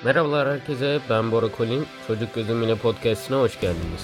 Merhabalar herkese, ben Bora Colin. Çocuk Gözüm Yine Podcast'ine hoş geldiniz.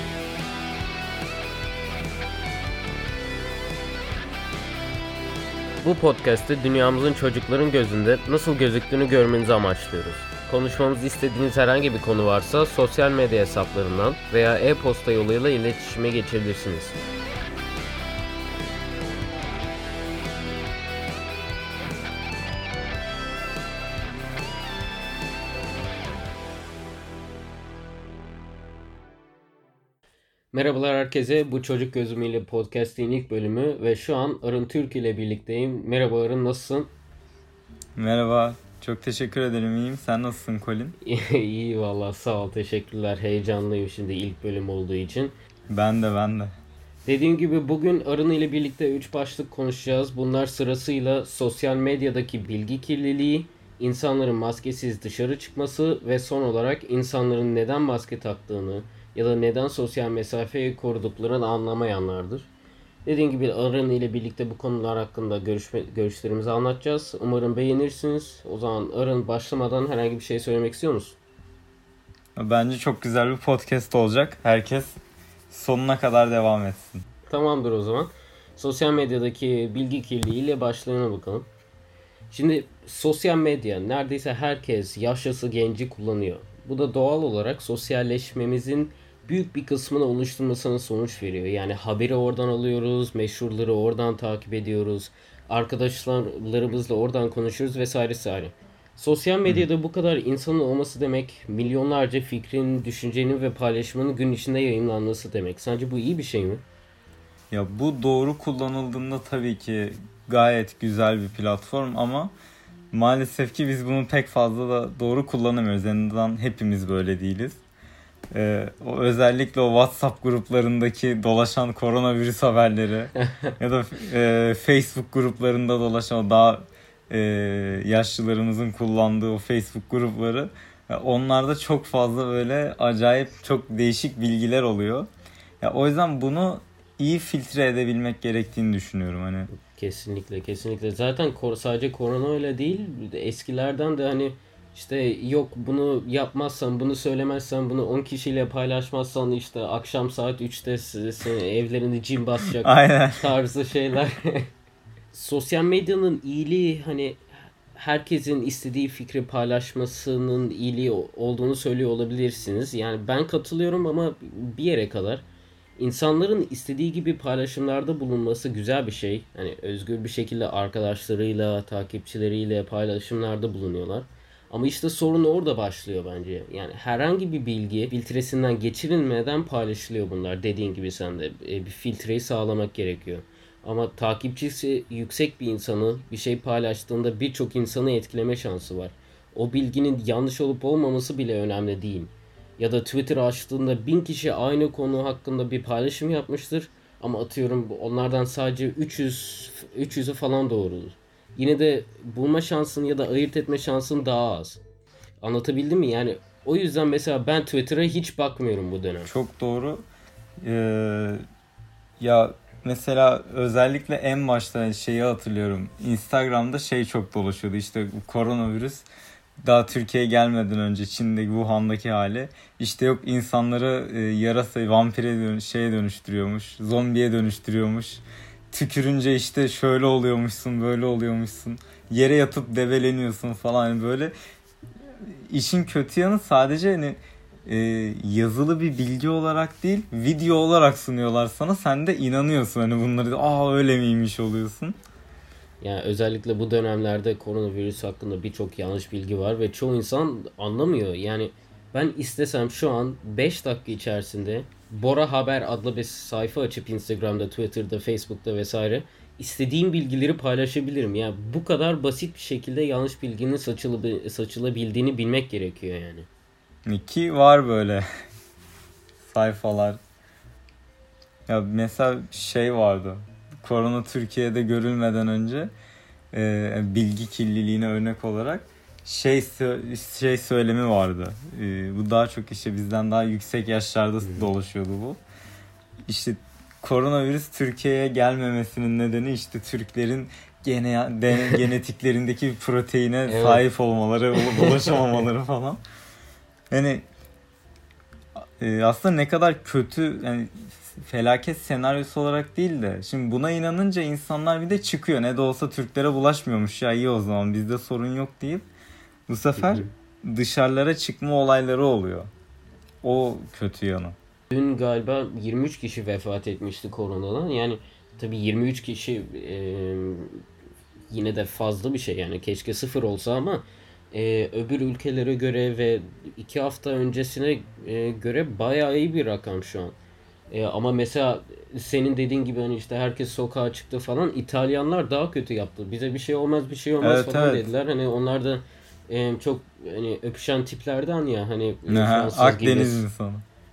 Bu podcast'te dünyamızın çocukların gözünde nasıl gözüktüğünü görmenizi amaçlıyoruz. Konuşmamızı istediğiniz herhangi bir konu varsa sosyal medya hesaplarından veya e-posta yoluyla iletişime geçebilirsiniz. Merhabalar herkese, bu Çocuk Gözüm ile Podcast'in ilk bölümü ve şu an Arın Türk ile birlikteyim. Merhaba Arın, nasılsın? Merhaba, çok teşekkür ederim. İyiyim. Sen nasılsın Colin? İyi valla, sağ ol, teşekkürler. Heyecanlıyım şimdi ilk bölüm olduğu için. Ben de. Dediğim gibi bugün Arın ile birlikte 3 başlık konuşacağız. Bunlar sırasıyla sosyal medyadaki bilgi kirliliği, insanların maskesiz dışarı çıkması ve son olarak insanların neden maske taktığını ya da neden sosyal mesafeyi koruduklarını anlamayanlardır. Dediğim gibi Arın ile birlikte bu konular hakkında görüşlerimizi anlatacağız. Umarım beğenirsiniz. O zaman Arın, başlamadan herhangi bir şey söylemek istiyor musun? Bence çok güzel bir podcast olacak. Herkes sonuna kadar devam etsin. Tamamdır o zaman. Sosyal medyadaki bilgi kirliliği ile başlayalım bakalım. Şimdi sosyal medya neredeyse herkes, yaşlısı genci kullanıyor. Bu da doğal olarak sosyalleşmemizin büyük bir kısmını oluşturmasına sonuç veriyor. Yani haberi oradan alıyoruz, meşhurları oradan takip ediyoruz, arkadaşlarımızla oradan konuşuyoruz vesaire vesaire. Sosyal medyada bu kadar insanın olması demek, milyonlarca fikrin, düşüncenin ve paylaşımının gün içinde yayınlanması demek. Sence bu iyi bir şey mi? Ya bu doğru kullanıldığında tabii ki gayet güzel bir platform ama maalesef ki biz bunu pek fazla da doğru kullanamıyoruz. En azından hepimiz böyle değiliz. Özellikle o WhatsApp gruplarındaki dolaşan koronavirüs haberleri ya da Facebook gruplarında dolaşan o daha yaşlılarımızın kullandığı o Facebook grupları, onlarda çok fazla böyle acayip çok değişik bilgiler oluyor. Ya o yüzden bunu iyi filtre edebilmek gerektiğini düşünüyorum hani. Kesinlikle. Zaten sadece korona öyle değil. Eskilerden de hani işte yok bunu yapmazsan, bunu söylemezsen, bunu 10 kişiyle paylaşmazsan işte akşam saat 3'te evlerini cin basacak Aynen. tarzı şeyler. Sosyal medyanın iyiliği hani herkesin istediği fikri paylaşmasının iyiliği olduğunu söylüyor olabilirsiniz. Yani ben katılıyorum ama bir yere kadar. İnsanların istediği gibi paylaşımlarda bulunması güzel bir şey. Hani özgür bir şekilde arkadaşlarıyla, takipçileriyle paylaşımlarda bulunuyorlar. Ama işte sorun orada başlıyor bence. Yani herhangi bir bilgi filtresinden geçirilmeden paylaşılıyor bunlar. Dediğin gibi sen de bir filtreyi sağlamak gerekiyor. Ama takipçisi yüksek bir insanı bir şey paylaştığında birçok insanı etkileme şansı var. O bilginin yanlış olup olmaması bile önemli değil. Ya da Twitter açtığında 1000 kişi aynı konu hakkında bir paylaşım yapmıştır. Ama atıyorum onlardan sadece 300'ü falan doğrudur. Yine de bulma şansın ya da ayırt etme şansın daha az. Anlatabildim mi? Yani o yüzden mesela ben Twitter'a hiç bakmıyorum bu dönem. Çok doğru. Ya mesela özellikle en başta şeyi hatırlıyorum. Instagram'da şey çok dolaşıyordu. İşte bu koronavirüs daha Türkiye'ye gelmeden önce Çin'deki Wuhan'daki hali. İşte yok insanları yarasa, vampire şeye dönüştürüyormuş. Zombiye dönüştürüyormuş. Tükürünce işte şöyle oluyormuşsun, böyle oluyormuşsun. Yere yatıp debeleniyorsun falan. Yani böyle işin kötü yanı sadece hani yazılı bir bilgi olarak değil, video olarak sunuyorlar sana. Sen de inanıyorsun hani bunları. Öyle miymiş oluyorsun. Yani özellikle bu dönemlerde koronavirüs hakkında birçok yanlış bilgi var ve çoğu insan anlamıyor. Yani ben istesem şu an 5 dakika içerisinde Bora Haber adlı bir sayfa açıp Instagram'da, Twitter'da, Facebook'ta vesaire istediğim bilgileri paylaşabilirim. Yani bu kadar basit bir şekilde yanlış bilginin saçılabildiğini bilmek gerekiyor yani. Ki var böyle sayfalar. Ya mesela şey vardı. Korona Türkiye'de görülmeden önce bilgi kirliliğine örnek olarak şey söylemi vardı. Bu daha çok işte bizden daha yüksek yaşlarda dolaşıyordu bu. İşte koronavirüs Türkiye'ye gelmemesinin nedeni işte Türklerin genetiklerindeki proteine Evet. sahip olmaları, ulaşamamaları falan. Yani aslında ne kadar kötü, yani felaket senaryosu olarak değil de şimdi buna inanınca insanlar bir de çıkıyor. Ne de olsa Türklere bulaşmıyormuş ya, iyi o zaman bizde sorun yok deyip bu sefer dışarılara çıkma olayları oluyor. O kötü yanı. Dün galiba 23 kişi vefat etmişti koronadan. Yani tabii 23 kişi yine de fazla bir şey, yani keşke sıfır olsa ama öbür ülkelere göre ve 2 hafta öncesine göre bayağı iyi bir rakam şu an. Ama mesela senin dediğin gibi hani işte herkes sokağa çıktı falan, İtalyanlar daha kötü yaptı. Bize bir şey olmaz, bir şey olmaz Evet, falan evet. dediler. Hani onlar da çok hani öpüşen tiplerden ya, hani Aha, Fransız gibi. Akdeniz insanı.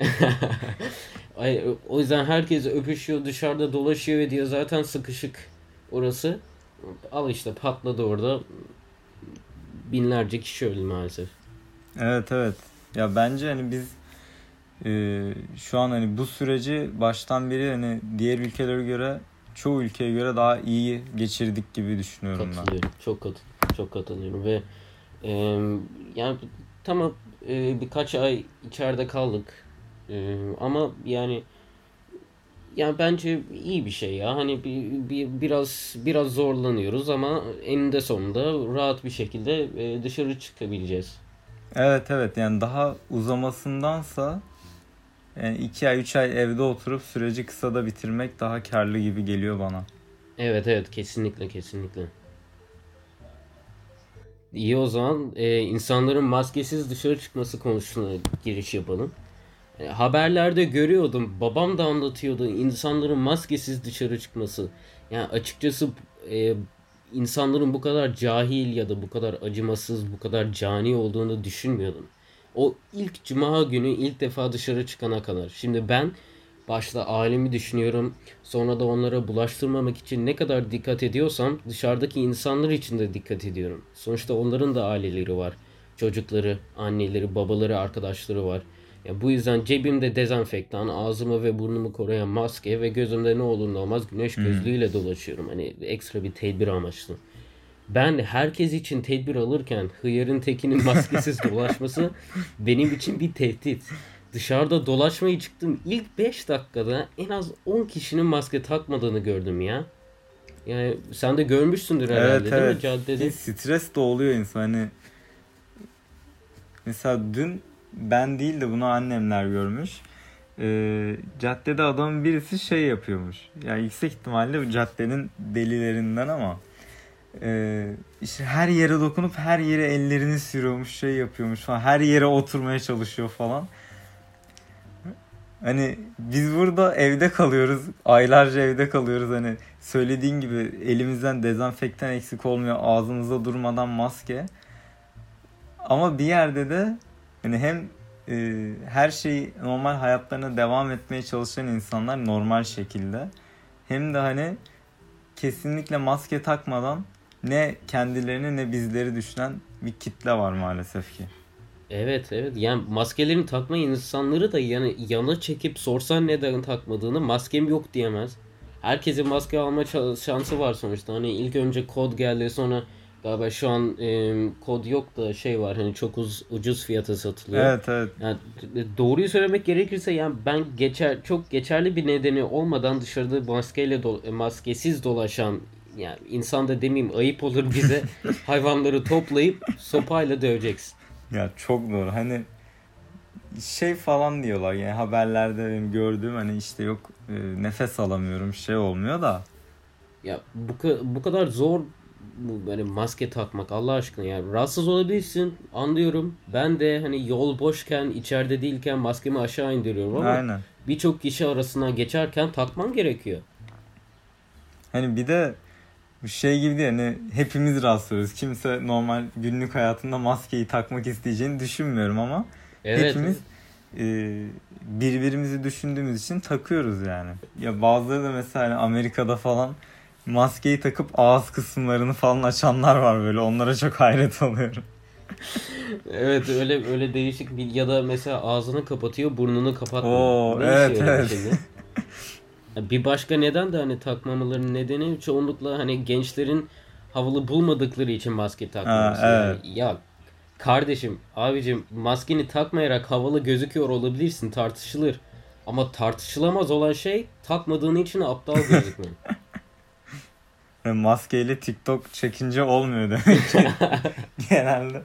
O yüzden herkes öpüşüyor, dışarıda dolaşıyor ve diyor zaten sıkışık orası. Al işte, patladı orada. Binlerce kişi öldü maalesef. Evet, evet. Ya bence hani biz şu an hani bu süreci baştan beri hani diğer ülkelere göre, çoğu ülkeye göre daha iyi geçirdik gibi düşünüyorum ben. Katılıyorum. Çok katılıyorum ve e, yani tamam, birkaç ay içeride kaldık. Ama yani bence iyi bir şey ya. Hani biraz zorlanıyoruz ama eninde sonunda rahat bir şekilde dışarı çıkabileceğiz. Evet, evet, yani daha uzamasındansa yani 2 ay 3 ay evde oturup süreci kısa da bitirmek daha karlı gibi geliyor bana. Evet, evet, kesinlikle kesinlikle. İyi, o zaman insanların maskesiz dışarı çıkması konusuna giriş yapalım. Haberlerde görüyordum, babam da anlatıyordu insanların maskesiz dışarı çıkması. Yani açıkçası e, insanların bu kadar cahil ya da bu kadar acımasız, bu kadar cani olduğunu düşünmüyordum. O ilk cuma günü ilk defa dışarı çıkana kadar. Şimdi ben başta ailemi düşünüyorum. Sonra da onlara bulaştırmamak için ne kadar dikkat ediyorsam dışarıdaki insanlar için de dikkat ediyorum. Sonuçta onların da aileleri var. Çocukları, anneleri, babaları, arkadaşları var. Ya bu yüzden cebimde dezenfektan, ağzımı ve burnumu koruyan maske ve gözümde ne olur ne olmaz güneş Hı hı. gözlüğüyle dolaşıyorum. Hani ekstra bir tedbir amaçlı. Ben herkes için tedbir alırken hıyarın tekinin maskesiz dolaşması benim için bir tehdit. Dışarıda dolaşmaya çıktım. İlk 5 dakikada en az 10 kişinin maske takmadığını gördüm ya. Yani sen de görmüşsündür Evet, herhalde, değil mi evet. Bir caddede? stres de oluyor insan. Hani mesela dün ben değil de bunu annemler görmüş. Caddede adamın birisi şey yapıyormuş. Yani yüksek ihtimalle bu caddenin delilerinden ama işte her yere dokunup her yere ellerini sürüyormuş, şey yapıyormuş falan. Her yere oturmaya çalışıyor falan. Hani biz burada evde kalıyoruz. Aylarca evde kalıyoruz. Hani söylediğin gibi elimizden dezenfektan eksik olmuyor. Ağzımızda durmadan maske. Ama bir yerde de hani hem her şeyi normal hayatlarına devam etmeye çalışan insanlar normal şekilde, hem de hani kesinlikle maske takmadan ne kendilerini ne bizleri düşünen bir kitle var maalesef ki. Evet, evet, yani maskelerini takmayan insanları da yani yana çekip sorsan neden takmadığını, maskem yok diyemez. Herkesin maske alma şansı var sonuçta. Hani ilk önce kod geldi, sonra galiba şu an kod yok da şey var, hani çok ucuz fiyata satılıyor. Evet, evet. Yani doğruyu söylemek gerekirse yani ben çok geçerli bir nedeni olmadan dışarıda maskesiz dolaşan, yani insan da demeyeyim ayıp olur bize, hayvanları toplayıp sopayla döveceksin. Ya çok doğru. Hani şey falan diyorlar yani haberlerde benim gördüğüm, hani işte yok nefes alamıyorum, şey olmuyor da. Ya bu kadar zor bu böyle maske takmak, Allah aşkına ya. Rahatsız olabilirsin, anlıyorum. Ben de hani yol boşken, içeride değilken maskemi aşağı indiriyorum ama Aynen. birçok kişi arasından geçerken takman gerekiyor. Hani bir de bu şey gibi değil, hani hepimiz rastlıyoruz. Kimse normal günlük hayatında maskeyi takmak isteyeceğini düşünmüyorum ama Evet, hepimiz evet. birbirimizi düşündüğümüz için takıyoruz yani. Ya bazıları da mesela hani Amerika'da falan maskeyi takıp ağız kısımlarını falan açanlar var böyle. Onlara çok hayret oluyorum. Evet, öyle öyle değişik bir, ya da mesela ağzını kapatıyor, burnunu kapatmıyor. Oo, Ne işe evet, yaradı evet. şimdi? Bir başka neden de hani takmamaların nedeni çoğunlukla hani gençlerin havalı bulmadıkları için maske Ha, takmaması. Yani evet. ya kardeşim, abicim maskeni takmayarak havalı gözüküyor olabilirsin, tartışılır. Ama tartışılamaz olan şey takmadığın için aptal gözükmen. Maskeyle TikTok çekince olmuyor demek ki genelde.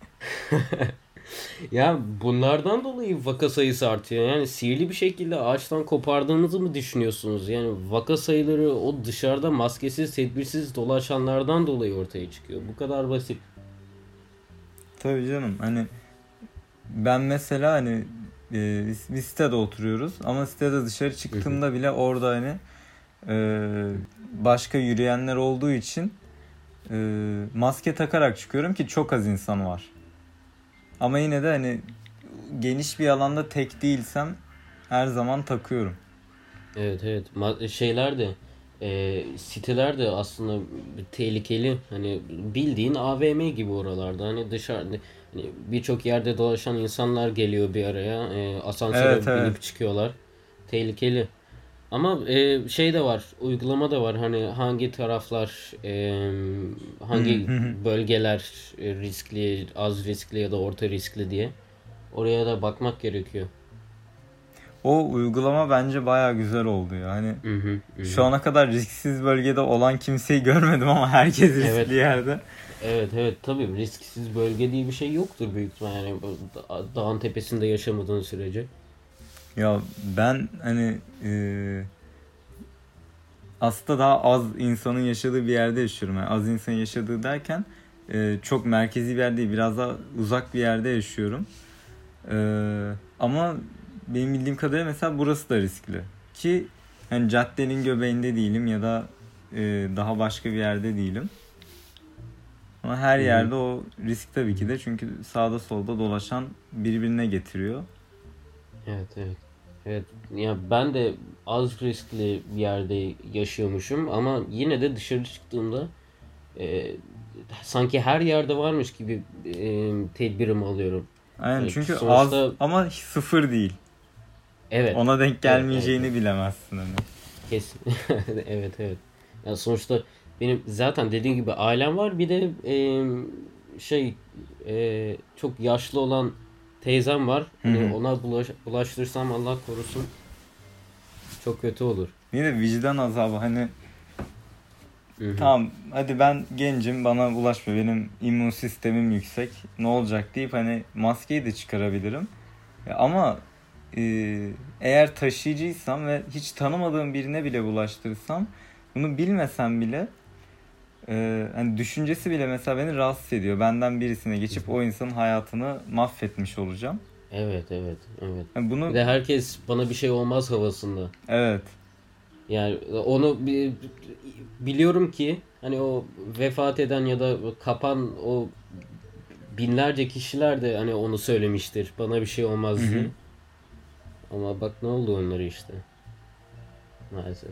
Ya bunlardan dolayı vaka sayısı artıyor. Yani sihirli bir şekilde ağaçtan kopardığınızı mı düşünüyorsunuz? Yani vaka sayıları o dışarıda maskesiz, tedbirsiz dolaşanlardan dolayı ortaya çıkıyor. Bu kadar basit. Tabii canım, hani ben mesela hani biz sitede oturuyoruz ama sitede dışarı çıktığımda bile orada hani başka yürüyenler olduğu için maske takarak çıkıyorum ki çok az insan var. Ama yine de hani geniş bir alanda tek değilsem her zaman takıyorum. Evet, evet. Şeyler de siteler de aslında tehlikeli. Hani bildiğin AVM gibi oralarda. Hani dışarıda hani birçok yerde dolaşan insanlar geliyor bir araya. Evet, Asansöre evet. binip çıkıyorlar. Tehlikeli. Ama şey de var, uygulama da var. Hani hangi taraflar, hangi bölgeler riskli, az riskli ya da orta riskli diye. Oraya da bakmak gerekiyor. O uygulama bence baya güzel oldu ya. Hani Hı hı, hı şu hı. ana kadar risksiz bölgede olan kimseyi görmedim ama herkes Evet. riskli yerde. Evet, evet, tabii risksiz bölge diye bir şey yoktur büyük ihtimalle. Yani dağın tepesinde yaşamadığın sürece. Ya ben hani aslında daha az insanın yaşadığı bir yerde yaşıyorum. Yani az insanın yaşadığı derken çok merkezi bir yer değil, biraz daha uzak bir yerde yaşıyorum. Ama benim bildiğim kadarıyla mesela burası da riskli. Ki hani caddenin göbeğinde değilim ya da daha başka bir yerde değilim. Ama her Hı hı. yerde o risk tabii ki de, çünkü sağda solda dolaşan birbirine getiriyor. Evet, evet. Evet. Ya ben de az riskli bir yerde yaşıyormuşum ama yine de dışarı çıktığımda e, sanki her yerde varmış gibi tedbirimi alıyorum. Aynen, Yani çünkü az sonuçta ama sıfır değil. evet. Ona denk Evet, evet, evet. gelmeyeceğini bilemezsin hani. Kesin. Evet, evet. Yani sonuçta benim zaten dediğim gibi ailem var. Bir de şey çok yaşlı olan teyzem var. Hı Hani hı. ona bulaştırsam Allah korusun çok kötü olur. Bir de vicdan azabı, hani Hı hı. tamam hadi ben gencim, bana bulaşma, benim immün sistemim yüksek, ne olacak deyip hani maskeyi de çıkarabilirim. Ama e, eğer taşıyıcıysam ve hiç tanımadığım birine bile bulaştırırsam, bunu bilmesem bile hani düşüncesi bile mesela beni rahatsız ediyor. Benden birisine geçip o insanın hayatını mahvetmiş olacağım. Evet, evet, evet. Yani Bir bunu, de herkes bana bir şey olmaz havasında. evet, Yani onu biliyorum ki hani o vefat eden ya da kapan o binlerce kişiler de hani onu söylemiştir. Bana bir şey hı olmaz hı. diye. Ama bak ne oldu onları işte. Maalesef.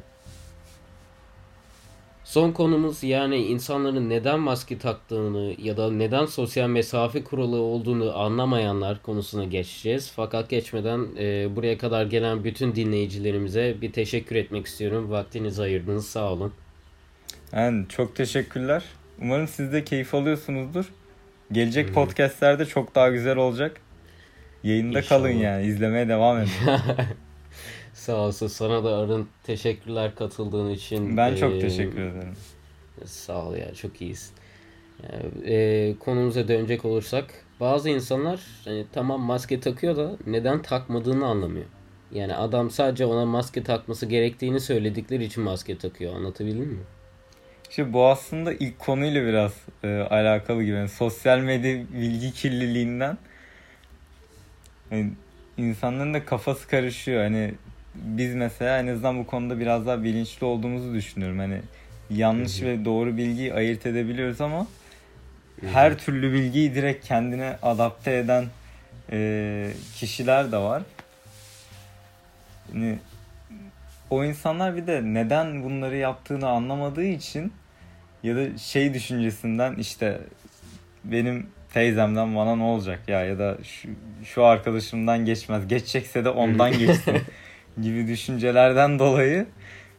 Son konumuz yani insanların neden maske taktığını ya da neden sosyal mesafe kuralı olduğunu anlamayanlar konusuna geçeceğiz. Fakat geçmeden buraya kadar gelen bütün dinleyicilerimize bir teşekkür etmek istiyorum. Vaktinizi ayırdınız, sağ olun. Yani çok teşekkürler. Umarım siz de keyif alıyorsunuzdur. Hı Gelecek hı. podcastlerde çok daha güzel olacak. Yayında kalın İnşallah. yani. İzlemeye devam edin. Sağ olsun. Sana da Arın teşekkürler katıldığın için. Ben çok teşekkür ederim. Sağ ol ya, çok iyisin. Yani, konumuza dönecek olursak bazı insanlar hani tamam maske takıyor da neden takmadığını anlamıyor. Yani adam sadece ona maske takması gerektiğini söyledikleri için maske takıyor. Anlatabildim mi? İşte bu aslında ilk konuyla biraz alakalı gibi. Yani sosyal medya bilgi kirliliğinden hani insanların da kafası karışıyor. Hani biz mesela en azından bu konuda biraz daha bilinçli olduğumuzu düşünüyorum. Hani Hı yanlış hı, ve doğru bilgiyi ayırt edebiliyoruz ama hı hı, her türlü bilgiyi direkt kendine adapte eden kişiler de var. Yani o insanlar bir de neden bunları yaptığını anlamadığı için ya da şey düşüncesinden, işte benim teyzemden bana ne olacak ya, ya da şu arkadaşımdan geçmez, geçecekse de hı hı. ondan geçsin gibi düşüncelerden dolayı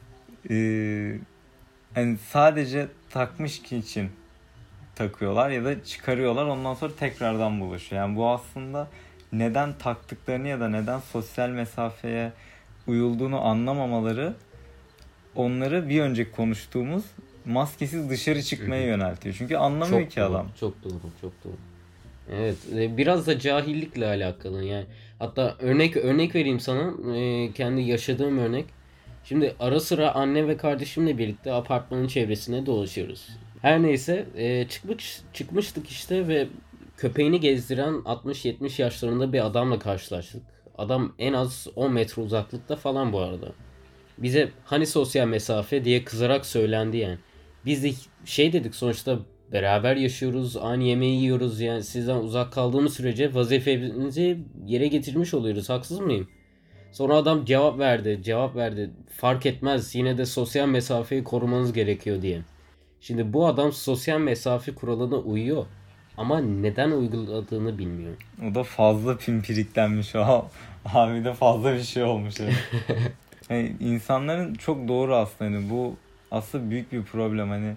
hani sadece takmış için takıyorlar ya da çıkarıyorlar, ondan sonra tekrardan bulaşıyor. Yani bu aslında neden taktıklarını ya da neden sosyal mesafeye uyulduğunu anlamamaları onları bir önceki konuştuğumuz maskesiz dışarı çıkmaya yöneltiyor. Çünkü anlamıyor Çok ki doğru, adam. çok doğru, çok doğru. Evet, biraz da cahillikle alakalı yani. Hatta örnek vereyim sana, kendi yaşadığım örnek. Şimdi ara sıra annem ve kardeşimle birlikte apartmanın çevresinde dolaşıyoruz. Her neyse, çıkmıştık işte ve köpeğini gezdiren 60-70 yaşlarında bir adamla karşılaştık. Adam en az 10 metre uzaklıkta falan bu arada. Bize hani sosyal mesafe diye kızarak söylendi yani. Biz de şey dedik, sonuçta beraber yaşıyoruz, aynı yemeği yiyoruz, yani sizden uzak kaldığımız sürece vazifemizi yere getirmiş oluyoruz, haksız mıyım? Sonra adam cevap verdi. Fark etmez, yine de sosyal mesafeyi korumanız gerekiyor diye. Şimdi bu adam sosyal mesafe kuralına uyuyor ama neden uyguladığını bilmiyor. O da fazla pimpiriklenmiş o. Abi de fazla bir şey olmuş. Yani. Yani insanların çok doğru aslında. Yani bu aslında büyük bir problem. Hani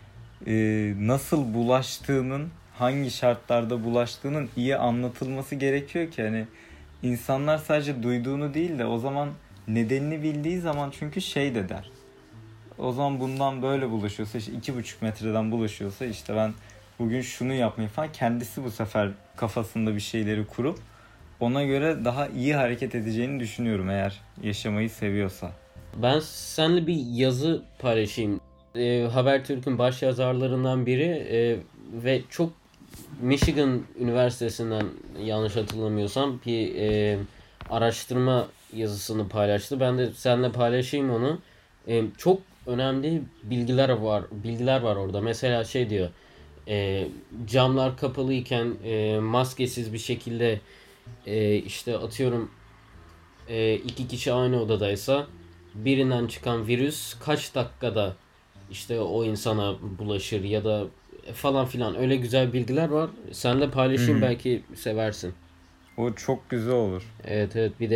nasıl bulaştığının, hangi şartlarda bulaştığının iyi anlatılması gerekiyor ki hani insanlar sadece duyduğunu değil de o zaman nedenini bildiği zaman çünkü şey de der. O zaman bundan böyle bulaşıyorsa, işte 2,5 metreden bulaşıyorsa işte ben bugün şunu yapmayı falan, kendisi bu sefer kafasında bir şeyleri kurup ona göre daha iyi hareket edeceğini düşünüyorum eğer yaşamayı seviyorsa. Ben seninle bir yazı paylaşayım. Habertürk'ün baş yazarlarından biri, ve çok Michigan Üniversitesi'nden, yanlış hatırlamıyorsam, bir araştırma yazısını paylaştı. Ben de seninle paylaşayım onu. Çok önemli bilgiler var orada. Mesela şey diyor. Camlar kapalıyken maskesiz bir şekilde, işte atıyorum, iki kişi aynı odadaysa birinden çıkan virüs kaç dakikada işte o insana bulaşır ya da falan filan, öyle güzel bilgiler var. Seninle Hı paylaşayım, hı. belki seversin. O çok güzel olur. Evet, evet, bir de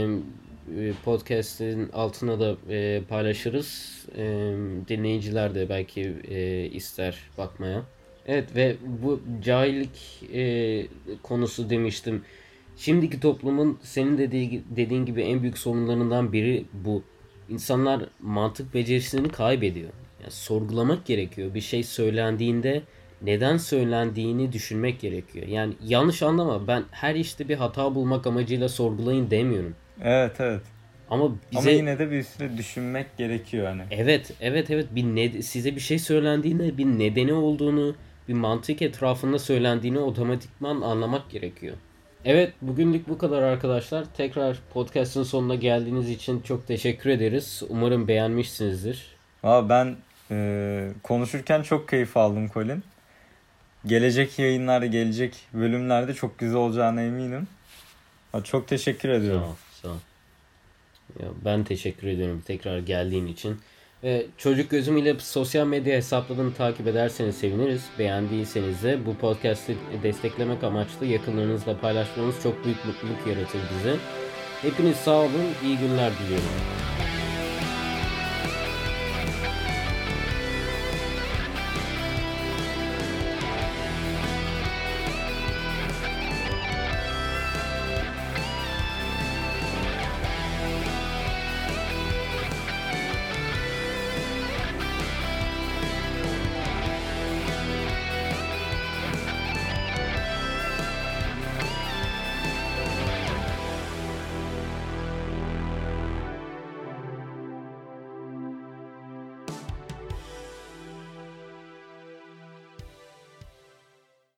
podcast'in altına da paylaşırız. Dinleyiciler de belki ister bakmaya. Evet, ve bu cahillik konusu demiştim. Şimdiki toplumun senin dediğin gibi en büyük sorunlarından biri bu. İnsanlar mantık becerisini kaybediyor. Yani sorgulamak gerekiyor. Bir şey söylendiğinde neden söylendiğini düşünmek gerekiyor. Yani yanlış anlama, ben her işte bir hata bulmak amacıyla sorgulayın demiyorum. Evet, evet. Ama Ama bize, yine de bir süre düşünmek gerekiyor hani. evet, size bir şey söylendiğinde bir nedeni olduğunu, bir mantık etrafında söylendiğini otomatikman anlamak gerekiyor. Evet, bugünlük bu kadar arkadaşlar. Tekrar podcast'ın sonuna geldiğiniz için çok teşekkür ederiz. Umarım beğenmişsinizdir. Valla ben konuşurken çok keyif aldım Colin. Gelecek yayınlarda, gelecek bölümlerde çok güzel olacağına eminim. Çok teşekkür Sağ ediyorum. ol, sağ ol. Ya, ben teşekkür ediyorum tekrar geldiğin için. Ve Çocuk Gözüm ile sosyal medya hesaplarını takip ederseniz seviniriz. Beğendiyseniz de bu podcast'i desteklemek amaçlı yakınlarınızla paylaşmanız çok büyük mutluluk yaratır bize. Hepiniz sağ olun, iyi günler diliyorum.